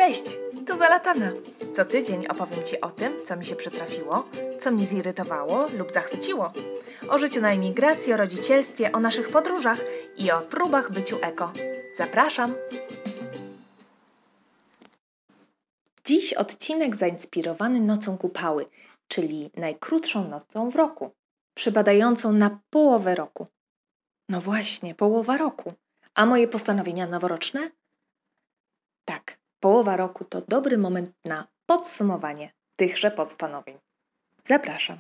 Cześć, tu Zalatana. Co tydzień opowiem Ci o tym, co mi się przytrafiło, co mnie zirytowało lub zachwyciło. O życiu na emigracji, o rodzicielstwie, o naszych podróżach i o próbach byciu eko. Zapraszam! Dziś odcinek zainspirowany nocą Kupały, czyli najkrótszą nocą w roku, przypadającą na połowę roku. No właśnie, połowa roku. A moje postanowienia noworoczne? Tak, połowa roku to dobry moment na podsumowanie tychże postanowień. Zapraszam.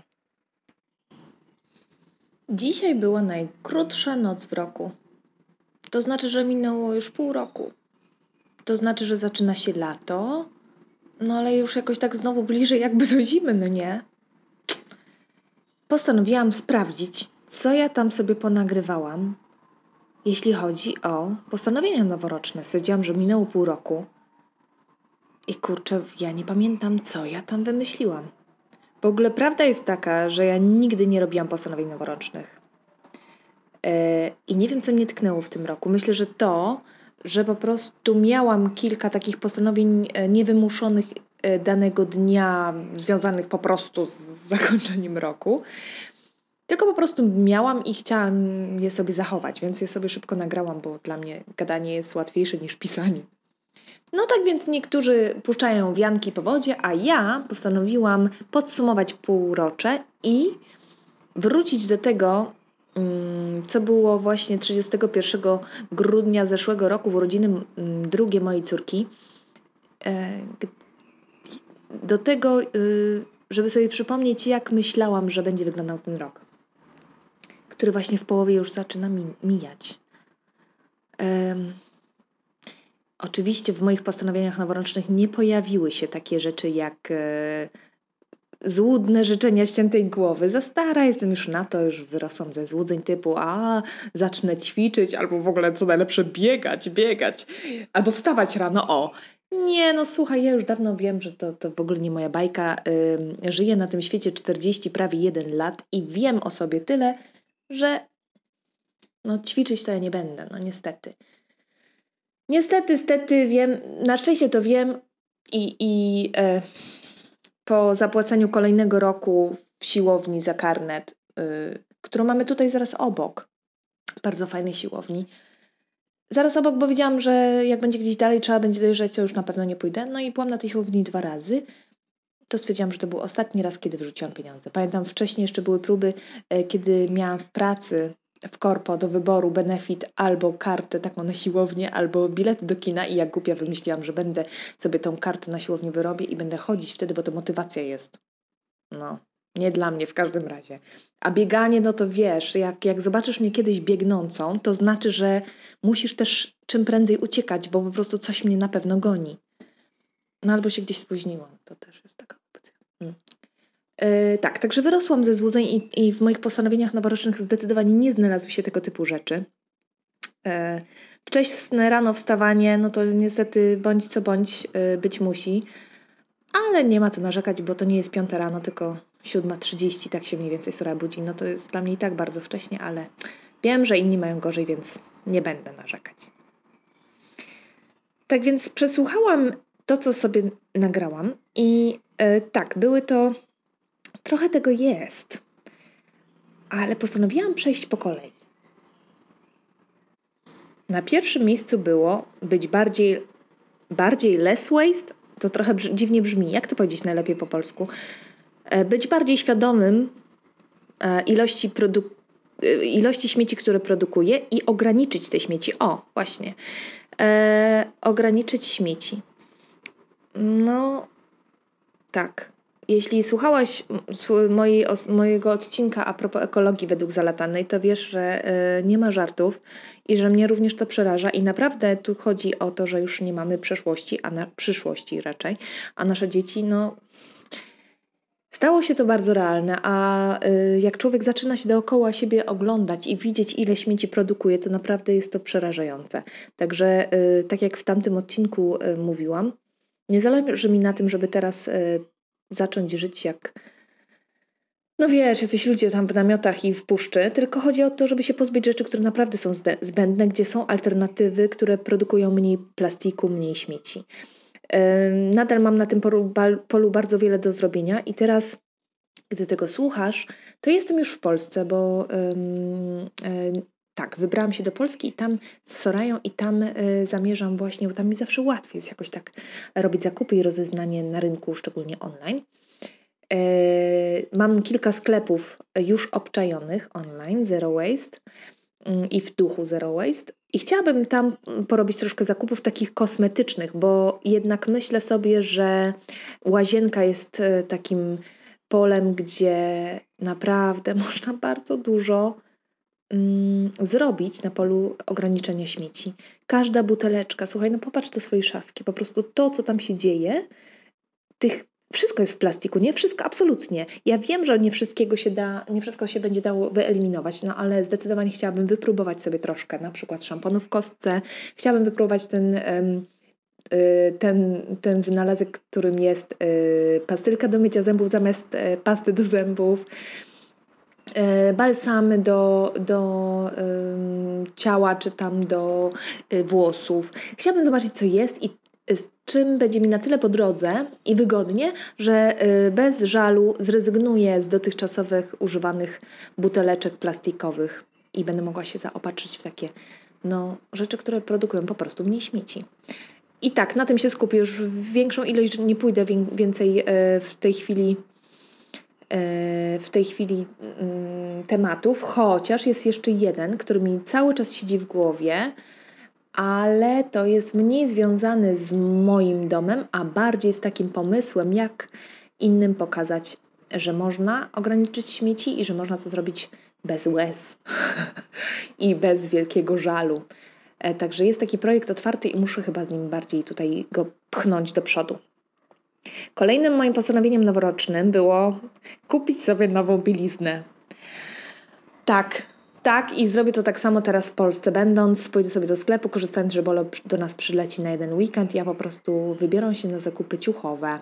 Dzisiaj była najkrótsza noc w roku. To znaczy, że minęło już pół roku. To znaczy, że zaczyna się lato, no ale już jakoś tak znowu bliżej jakby do zimy, no nie? Postanowiłam sprawdzić, co ja tam sobie ponagrywałam, jeśli chodzi o postanowienia noworoczne. Stwierdziłam, że minęło pół roku i kurczę, ja nie pamiętam, co ja tam wymyśliłam. W ogóle prawda jest taka, że ja nigdy nie robiłam postanowień noworocznych. I nie wiem, co mnie tknęło w tym roku. Myślę, że to, że po prostu miałam kilka takich postanowień niewymuszonych danego dnia, związanych po prostu z zakończeniem roku. Tylko po prostu miałam i chciałam je sobie zachować, więc je sobie szybko nagrałam, bo dla mnie gadanie jest łatwiejsze niż pisanie. No tak więc niektórzy puszczają wianki po wodzie, a ja postanowiłam podsumować półrocze i wrócić do tego, co było właśnie 31 grudnia zeszłego roku w urodziny drugiej mojej córki. Do tego, żeby sobie przypomnieć, jak myślałam, że będzie wyglądał ten rok, który właśnie w połowie już zaczyna mijać. Oczywiście w moich postanowieniach noworocznych nie pojawiły się takie rzeczy jak złudne życzenia ściętej głowy. Za stara jestem już na to, już wyrosłam ze złudzeń typu zacznę ćwiczyć, albo w ogóle co najlepsze biegać, albo wstawać rano, Nie, no słuchaj, ja już dawno wiem, że to w ogóle nie moja bajka. Żyję na tym świecie 40, prawie 1 lat i wiem o sobie tyle, że ćwiczyć to ja nie będę, niestety. Niestety wiem, na szczęście to wiem i po zapłaceniu kolejnego roku w siłowni za karnet, którą mamy tutaj zaraz obok, bardzo fajnej siłowni, zaraz obok, bo wiedziałam, że jak będzie gdzieś dalej trzeba będzie dojeżdżać, to już na pewno nie pójdę. No i byłam na tej siłowni 2 razy. To stwierdziłam, że to był ostatni raz, kiedy wyrzuciłam pieniądze. Pamiętam, wcześniej jeszcze były próby, kiedy miałam w pracy w korpo do wyboru benefit albo kartę taką na siłownię, albo bilety do kina i jak głupia wymyśliłam, że będę sobie tą kartę na siłownię wyrobię i będę chodzić wtedy, bo to motywacja jest. Nie dla mnie w każdym razie. A bieganie, to wiesz, jak zobaczysz mnie kiedyś biegnącą, to znaczy, że musisz też czym prędzej uciekać, bo po prostu coś mnie na pewno goni. Albo się gdzieś spóźniłam, to też jest taka opcja. Tak, także wyrosłam ze złudzeń i w moich postanowieniach noworocznych zdecydowanie nie znalazły się tego typu rzeczy. Wczesne rano wstawanie, to niestety bądź co bądź być musi, ale nie ma co narzekać, bo to nie jest 5 rano, tylko 7:30, tak się mniej więcej Sora budzi. To jest dla mnie i tak bardzo wcześnie, ale wiem, że inni mają gorzej, więc nie będę narzekać. Tak więc przesłuchałam to, co sobie nagrałam i tak, były to... Trochę tego jest, ale postanowiłam przejść po kolei. Na pierwszym miejscu było być bardziej less waste. To trochę dziwnie brzmi. Jak to powiedzieć najlepiej po polsku? Być bardziej świadomym ilości śmieci, które produkuję i ograniczyć te śmieci. Właśnie. Ograniczyć śmieci. Tak. Jeśli słuchałaś mojego odcinka a propos ekologii według Zalatanej, to wiesz, że nie ma żartów i że mnie również to przeraża i naprawdę tu chodzi o to, że już nie mamy przeszłości, przyszłości raczej, a nasze dzieci, stało się to bardzo realne, a jak człowiek zaczyna się dookoła siebie oglądać i widzieć, ile śmieci produkuje, to naprawdę jest to przerażające. Także tak jak w tamtym odcinku mówiłam, nie zależy mi na tym, żeby teraz zacząć żyć jak, jacyś ludzie tam w namiotach i w puszczy, tylko chodzi o to, żeby się pozbyć rzeczy, które naprawdę są zbędne, gdzie są alternatywy, które produkują mniej plastiku, mniej śmieci. Nadal mam na tym polu bardzo wiele do zrobienia i teraz, gdy tego słuchasz, to jestem już w Polsce, bo tak, wybrałam się do Polski i tam z Sorają i tam zamierzam właśnie, bo tam mi zawsze łatwiej jest jakoś tak robić zakupy i rozeznanie na rynku, szczególnie online. Mam kilka sklepów już obczajonych online, Zero Waste i w duchu Zero Waste i chciałabym tam porobić troszkę zakupów takich kosmetycznych, bo jednak myślę sobie, że łazienka jest takim polem, gdzie naprawdę można bardzo dużo zrobić na polu ograniczenia śmieci. Każda buteleczka, słuchaj, no popatrz do swojej szafki, po prostu to, co tam się dzieje, wszystko jest w plastiku, nie wszystko, absolutnie. Ja wiem, że nie wszystko się będzie dało wyeliminować, no ale zdecydowanie chciałabym wypróbować sobie troszkę, na przykład szamponu w kostce, chciałabym wypróbować ten wynalazek, którym jest pastylka do mycia zębów zamiast pasty do zębów, balsamy do ciała czy tam do włosów. Chciałabym zobaczyć, co jest i z czym będzie mi na tyle po drodze i wygodnie, że bez żalu zrezygnuję z dotychczasowych używanych buteleczek plastikowych i będę mogła się zaopatrzyć w takie rzeczy, które produkują po prostu mniej śmieci. I tak, na tym się skupię. Już w większą ilość nie pójdę więcej w tej chwili tematów, chociaż jest jeszcze jeden, który mi cały czas siedzi w głowie, ale to jest mniej związany z moim domem, a bardziej z takim pomysłem, jak innym pokazać, że można ograniczyć śmieci i że można to zrobić bez łez i bez wielkiego żalu. Także jest taki projekt otwarty i muszę chyba z nim bardziej tutaj go pchnąć do przodu. Kolejnym moim postanowieniem noworocznym było kupić sobie nową bieliznę. Tak i zrobię to tak samo teraz w Polsce będąc. Pójdę sobie do sklepu, korzystając, że Bolo do nas przyleci na jeden weekend. Ja po prostu wybieram się na zakupy ciuchowe,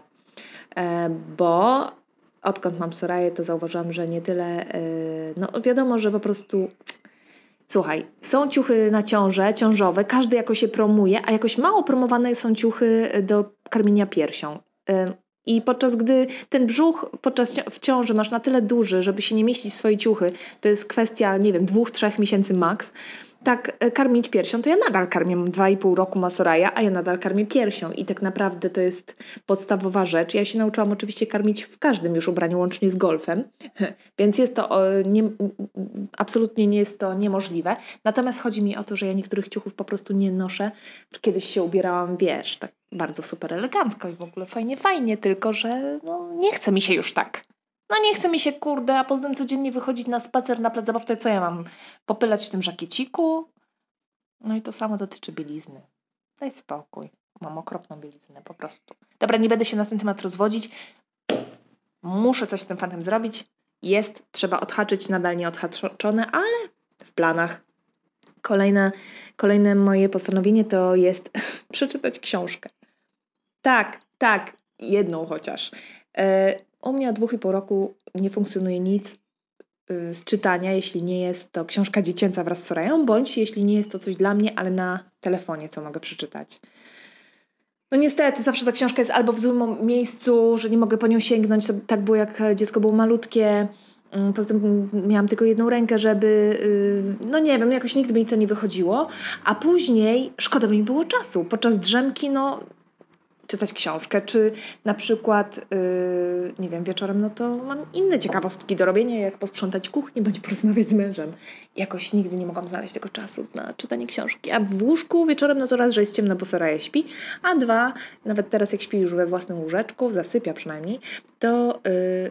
bo odkąd mam Soraję, to zauważyłam, że nie tyle, wiadomo, że po prostu słuchaj, są ciuchy na ciążowe, każdy jakoś się promuje, a jakoś mało promowane są ciuchy do karmienia piersią. I podczas gdy ten brzuch w ciąży masz na tyle duży, żeby się nie mieścić w swoje ciuchy, to jest kwestia, 2-3 miesięcy max, tak karmić piersią, to ja nadal karmię 2,5 roku ma Soraya, a ja nadal karmię piersią i tak naprawdę to jest podstawowa rzecz. Ja się nauczyłam oczywiście karmić w każdym już ubraniu, łącznie z golfem, więc jest to absolutnie nie jest to niemożliwe. Natomiast chodzi mi o to, że ja niektórych ciuchów po prostu nie noszę. Kiedyś się ubierałam, tak bardzo super elegancko i w ogóle fajnie, tylko że nie chce mi się już tak. Nie chce mi się, a poza tym codziennie wychodzić na spacer na plac zabaw, to co ja mam popylać w tym żakieciku? No i to samo dotyczy bielizny. Daj spokój. Mam okropną bieliznę, po prostu. Dobra, nie będę się na ten temat rozwodzić. Muszę coś z tym fantem zrobić. Trzeba odhaczyć, nadal nie odhaczone, ale w planach. Kolejne moje postanowienie to jest przeczytać książkę. Tak, jedną chociaż. U mnie od 2,5 roku nie funkcjonuje nic z czytania, jeśli nie jest to książka dziecięca wraz z Sorają, bądź jeśli nie jest to coś dla mnie, ale na telefonie, co mogę przeczytać. Niestety, zawsze ta książka jest albo w złym miejscu, że nie mogę po nią sięgnąć. To tak było, jak dziecko było malutkie. Poza tym miałam tylko jedną rękę, żeby... nie wiem, jakoś nigdy mi to nie wychodziło. A później szkoda mi było czasu. Podczas drzemki, czytać książkę, czy na przykład, wieczorem, to mam inne ciekawostki do robienia, jak posprzątać kuchnię, bądź porozmawiać z mężem. Jakoś nigdy nie mogłam znaleźć tego czasu na czytanie książki. A w łóżku wieczorem, to raz, że jest ciemno, bo Soraya śpi, a 2, nawet teraz jak śpi już we własnym łóżeczku, zasypia przynajmniej, to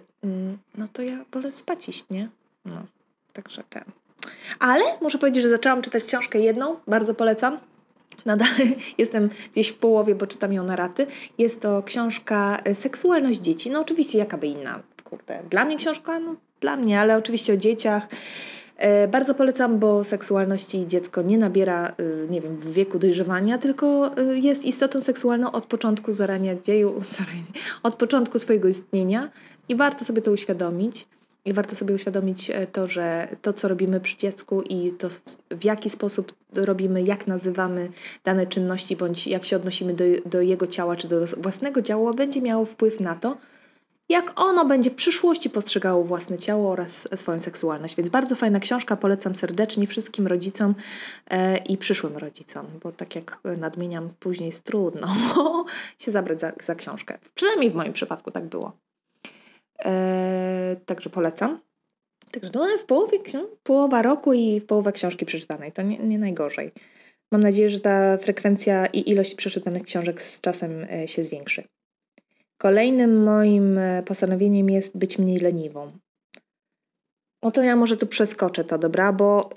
ja wolę spać iść, nie? Także ten. Ale muszę powiedzieć, że zaczęłam czytać książkę jedną, bardzo polecam. Nadal jestem gdzieś w połowie, bo czytam ją na raty. Jest to książka Seksualność dzieci. Oczywiście jakaby inna. Dla mnie książka? Dla mnie, ale oczywiście o dzieciach. Bardzo polecam, bo seksualności dziecko nie nabiera, w wieku dojrzewania, tylko jest istotą seksualną od początku od początku swojego istnienia i warto sobie to uświadomić. I warto sobie uświadomić to, że to, co robimy przy dziecku i to, w jaki sposób robimy, jak nazywamy dane czynności, bądź jak się odnosimy do jego ciała, czy do własnego ciała, będzie miało wpływ na to, jak ono będzie w przyszłości postrzegało własne ciało oraz swoją seksualność. Więc bardzo fajna książka, polecam serdecznie wszystkim rodzicom i przyszłym rodzicom, bo tak jak nadmieniam, później jest trudno się zabrać za książkę. Przynajmniej w moim przypadku tak było. Także polecam. Także w połowa roku i w połowę książki przeczytanej. To nie najgorzej. Mam nadzieję, że ta frekwencja i ilość przeczytanych książek z czasem się zwiększy. Kolejnym moim postanowieniem jest być mniej leniwą. No to ja może tu przeskoczę to, dobra? Bo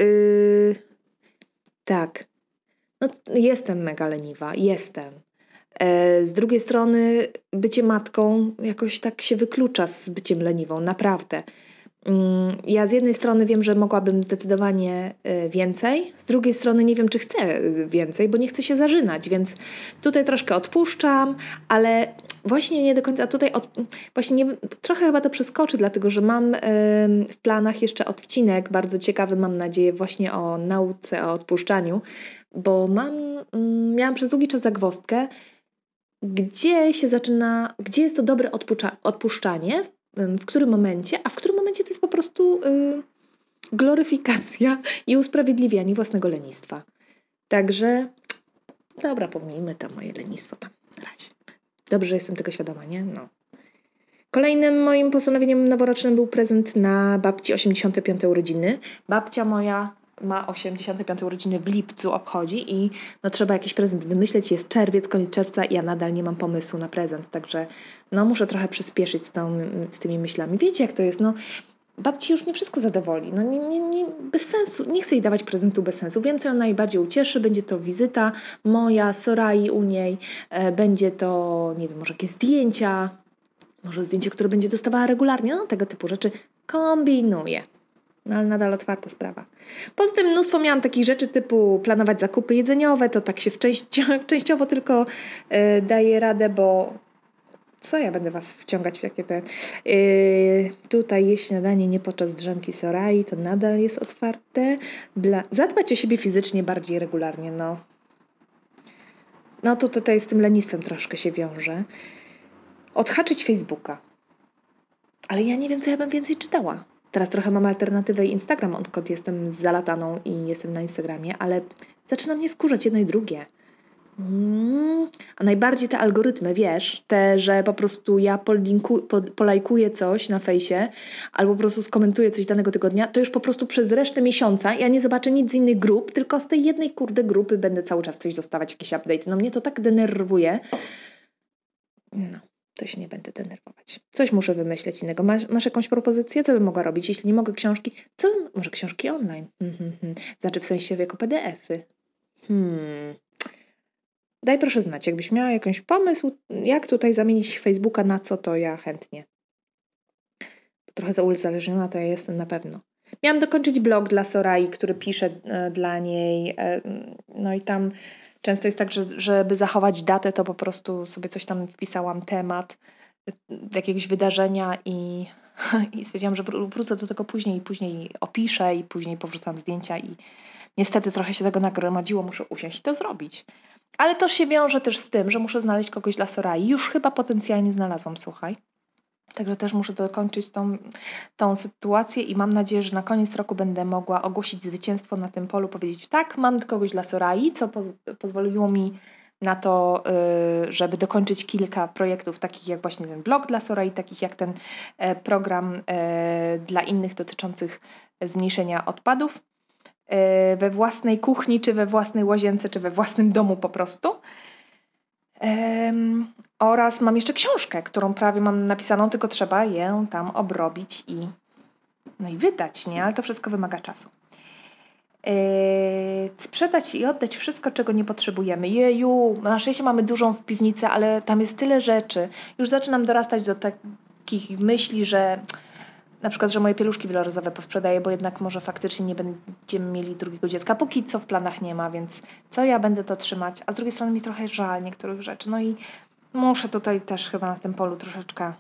tak, no jestem mega leniwa, jestem. Z drugiej strony bycie matką jakoś tak się wyklucza z byciem leniwą, naprawdę. Ja z jednej strony wiem, że mogłabym zdecydowanie więcej, z drugiej strony nie wiem, czy chcę więcej, bo nie chcę się zażynać, więc tutaj troszkę odpuszczam, ale właśnie nie do końca tutaj, trochę chyba to przeskoczy, dlatego że mam w planach jeszcze odcinek bardzo ciekawy, mam nadzieję, właśnie o nauce, o odpuszczaniu, bo miałam przez długi czas zagwozdkę, gdzie jest to dobre odpuszczanie, w którym momencie, a w którym momencie to jest po prostu gloryfikacja i usprawiedliwianie własnego lenistwa. Także, dobra, pomijmy to moje lenistwo tam na razie. Dobrze, że jestem tego świadoma, nie? No. Kolejnym moim postanowieniem noworocznym był prezent na babci 85. urodziny. Babcia moja ma 85. urodziny w lipcu, obchodzi i trzeba jakiś prezent wymyśleć. Jest czerwiec, koniec czerwca i ja nadal nie mam pomysłu na prezent, także muszę trochę przyspieszyć z tymi myślami. Wiecie, jak to jest, babci już nie wszystko zadowoli, nie, bez sensu, nie chcę jej dawać prezentu bez sensu. Wiem, co ją najbardziej ucieszy, będzie to wizyta moja, Sorai u niej, będzie to, nie wiem, może jakieś zdjęcia, może zdjęcie, które będzie dostawała regularnie, tego typu rzeczy kombinuję. Ale nadal otwarta sprawa. Poza tym mnóstwo miałam takich rzeczy typu planować zakupy jedzeniowe, to tak się częściowo tylko daje radę, bo co ja będę was wciągać w takie te... Tutaj jeść śniadanie nie podczas drzemki Sorai, to nadal jest otwarte. Zadbać o siebie fizycznie bardziej regularnie, to tutaj z tym lenistwem troszkę się wiąże. Odhaczyć Facebooka. Ale ja nie wiem, co ja bym więcej czytała. Teraz trochę mam alternatywę i Instagram, odkąd jestem zalataną i jestem na Instagramie, ale zaczyna mnie wkurzać jedno i drugie. A najbardziej te algorytmy, wiesz, że po prostu ja polajkuję coś na fejsie albo po prostu skomentuję coś danego tygodnia, to już po prostu przez resztę miesiąca ja nie zobaczę nic z innych grup, tylko z tej jednej grupy będę cały czas coś dostawać, jakieś update. Mnie to tak denerwuje. To się nie będę denerwować. Coś muszę wymyśleć innego. Masz jakąś propozycję? Co bym mogła robić? Jeśli nie mogę książki, może książki online? Znaczy w sensie jako PDF-y. Daj proszę znać, jakbyś miała jakiś pomysł, jak tutaj zamienić Facebooka na co, to ja chętnie. Trochę za uzależniona to ja jestem na pewno. Miałam dokończyć blog dla Sorai, który piszę dla niej. I tam często jest tak, że żeby zachować datę, to po prostu sobie coś tam wpisałam, temat jakiegoś wydarzenia i stwierdziłam, że wrócę do tego później opiszę i później powrzucam zdjęcia i niestety trochę się tego nagromadziło, muszę usiąść i to zrobić. Ale to się wiąże też z tym, że muszę znaleźć kogoś dla Sorai. Już chyba potencjalnie znalazłam, słuchaj. Także też muszę dokończyć tą sytuację i mam nadzieję, że na koniec roku będę mogła ogłosić zwycięstwo na tym polu, powiedzieć tak, mam kogoś dla Sorai, co pozwoliło mi na to, żeby dokończyć kilka projektów, takich jak właśnie ten blog dla Sorai, takich jak ten program dla innych dotyczących zmniejszenia odpadów we własnej kuchni, czy we własnej łazience, czy we własnym domu po prostu. Oraz mam jeszcze książkę, którą prawie mam napisaną, tylko trzeba ją tam obrobić i wydać, nie? Ale to wszystko wymaga czasu. Sprzedać i oddać wszystko, czego nie potrzebujemy. Jeju, na szczęście mamy dużą w piwnicy, ale tam jest tyle rzeczy. Już zaczynam dorastać do takich myśli, że na przykład, że moje pieluszki wielorazowe posprzedaję, bo jednak może faktycznie nie będziemy mieli drugiego dziecka. Póki co w planach nie ma, więc co ja będę to trzymać? A z drugiej strony mi trochę żal niektórych rzeczy. I muszę tutaj też chyba na tym polu troszeczkę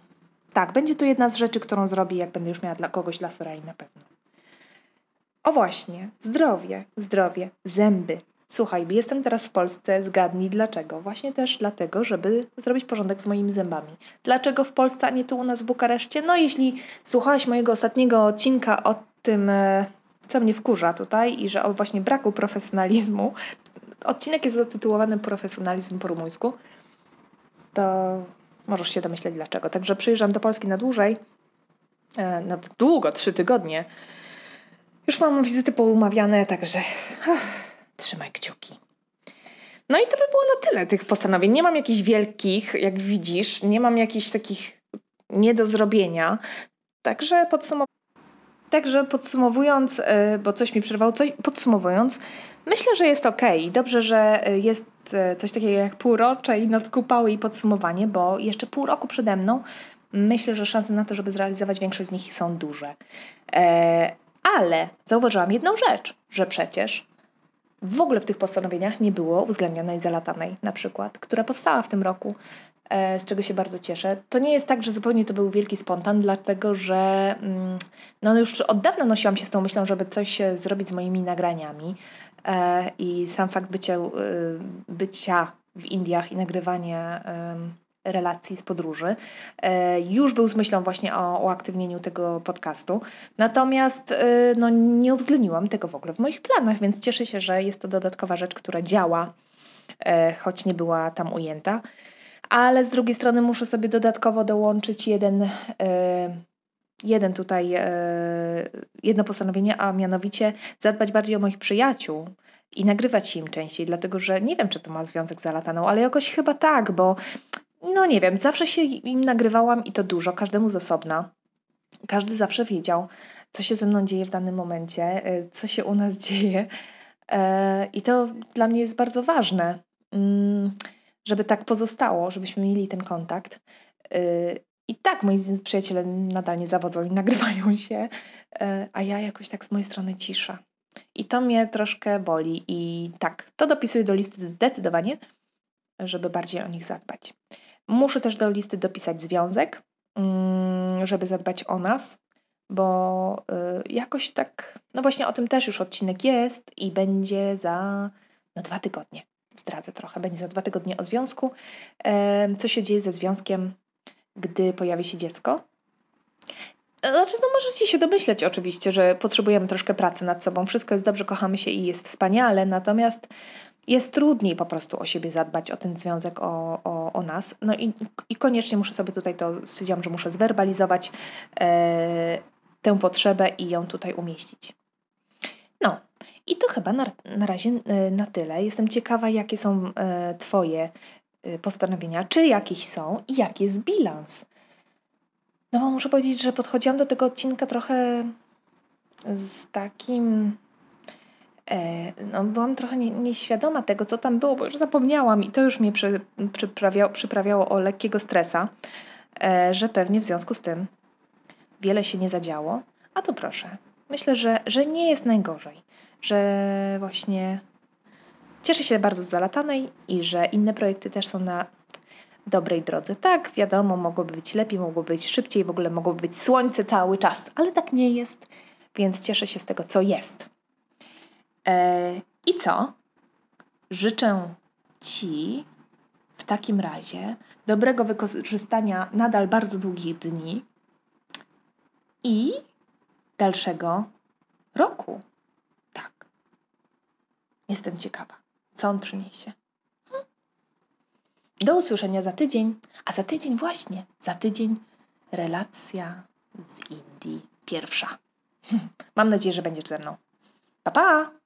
Tak, będzie to jedna z rzeczy, którą zrobię, jak będę już miała dla kogoś dla Soraya na pewno. O właśnie, zdrowie, zęby. Słuchaj, jestem teraz w Polsce, zgadnij dlaczego. Właśnie też dlatego, żeby zrobić porządek z moimi zębami. Dlaczego w Polsce, a nie tu u nas w Bukareszcie? No jeśli słuchałaś mojego ostatniego odcinka o tym, co mnie wkurza tutaj i że o właśnie braku profesjonalizmu, odcinek jest zatytułowany Profesjonalizm po rumuńsku, to możesz się domyśleć dlaczego. Także przyjeżdżam do Polski na dłużej, na długo, 3 tygodnie. Już mam wizyty poumawiane, także trzymaj kciuki. No i to by było na tyle tych postanowień. Nie mam jakichś wielkich, jak widzisz, nie mam jakichś takich nie do zrobienia. Także podsumowując, bo coś mi przerwało, podsumowując, myślę, że jest okej. Dobrze, że jest coś takiego jak półrocze i noc kupały i podsumowanie, bo jeszcze pół roku przede mną. Myślę, że szanse na to, żeby zrealizować większość z nich są duże. Ale zauważyłam jedną rzecz, że przecież w ogóle w tych postanowieniach nie było uwzględnionej zalatanej na przykład, która powstała w tym roku, z czego się bardzo cieszę. To nie jest tak, że zupełnie to był wielki spontan, dlatego że już od dawna nosiłam się z tą myślą, żeby coś zrobić z moimi nagraniami i sam fakt bycia w Indiach i nagrywania relacji z podróży już był z myślą właśnie o uaktywnieniu tego podcastu. Natomiast nie uwzględniłam tego w ogóle w moich planach, więc cieszę się, że jest to dodatkowa rzecz, która działa, choć nie była tam ujęta. Ale z drugiej strony muszę sobie dodatkowo dołączyć jedno postanowienie, a mianowicie zadbać bardziej o moich przyjaciół i nagrywać im częściej, dlatego że nie wiem, czy to ma związek z zalataną, ale jakoś chyba tak, bo nie wiem, zawsze się im nagrywałam i to dużo, każdemu z osobna. Każdy zawsze wiedział, co się ze mną dzieje w danym momencie, co się u nas dzieje i to dla mnie jest bardzo ważne, żeby tak pozostało, żebyśmy mieli ten kontakt. I tak moi przyjaciele nadal nie zawodzą i nagrywają się, a ja jakoś tak z mojej strony cisza. I to mnie troszkę boli i tak, to dopisuję do listy zdecydowanie, żeby bardziej o nich zadbać. Muszę też do listy dopisać związek, żeby zadbać o nas, bo jakoś tak, właśnie o tym też już odcinek jest i będzie za 2 tygodnie. Zdradzę trochę, będzie za 2 tygodnie o związku. Co się dzieje ze związkiem, gdy pojawi się dziecko? Znaczy, możecie się domyśleć oczywiście, że potrzebujemy troszkę pracy nad sobą. Wszystko jest dobrze, kochamy się i jest wspaniale, natomiast jest trudniej po prostu o siebie zadbać, o ten związek, o nas. No i koniecznie muszę sobie tutaj stwierdziłam, że muszę zwerbalizować tę potrzebę i ją tutaj umieścić. No i to chyba na razie na tyle. Jestem ciekawa, jakie są Twoje postanowienia, czy jakieś są i jaki jest bilans. No bo muszę powiedzieć, że podchodziłam do tego odcinka trochę z takim... byłam trochę nieświadoma tego, co tam było, bo już zapomniałam i to już mnie przyprawiało o lekkiego stresa, że pewnie w związku z tym wiele się nie zadziało. A tu proszę, myślę, że nie jest najgorzej, że właśnie cieszę się bardzo z zalatanej i że inne projekty też są na dobrej drodze. Tak, wiadomo, mogłoby być lepiej, mogłoby być szybciej, w ogóle mogłoby być słońce cały czas, ale tak nie jest, więc cieszę się z tego, co jest. I co? Życzę Ci w takim razie dobrego wykorzystania nadal bardzo długich dni i dalszego roku. Tak. Jestem ciekawa, co on przyniesie. Do usłyszenia za tydzień, a za tydzień relacja z Indii pierwsza. Mam nadzieję, że będziesz ze mną. Pa, pa!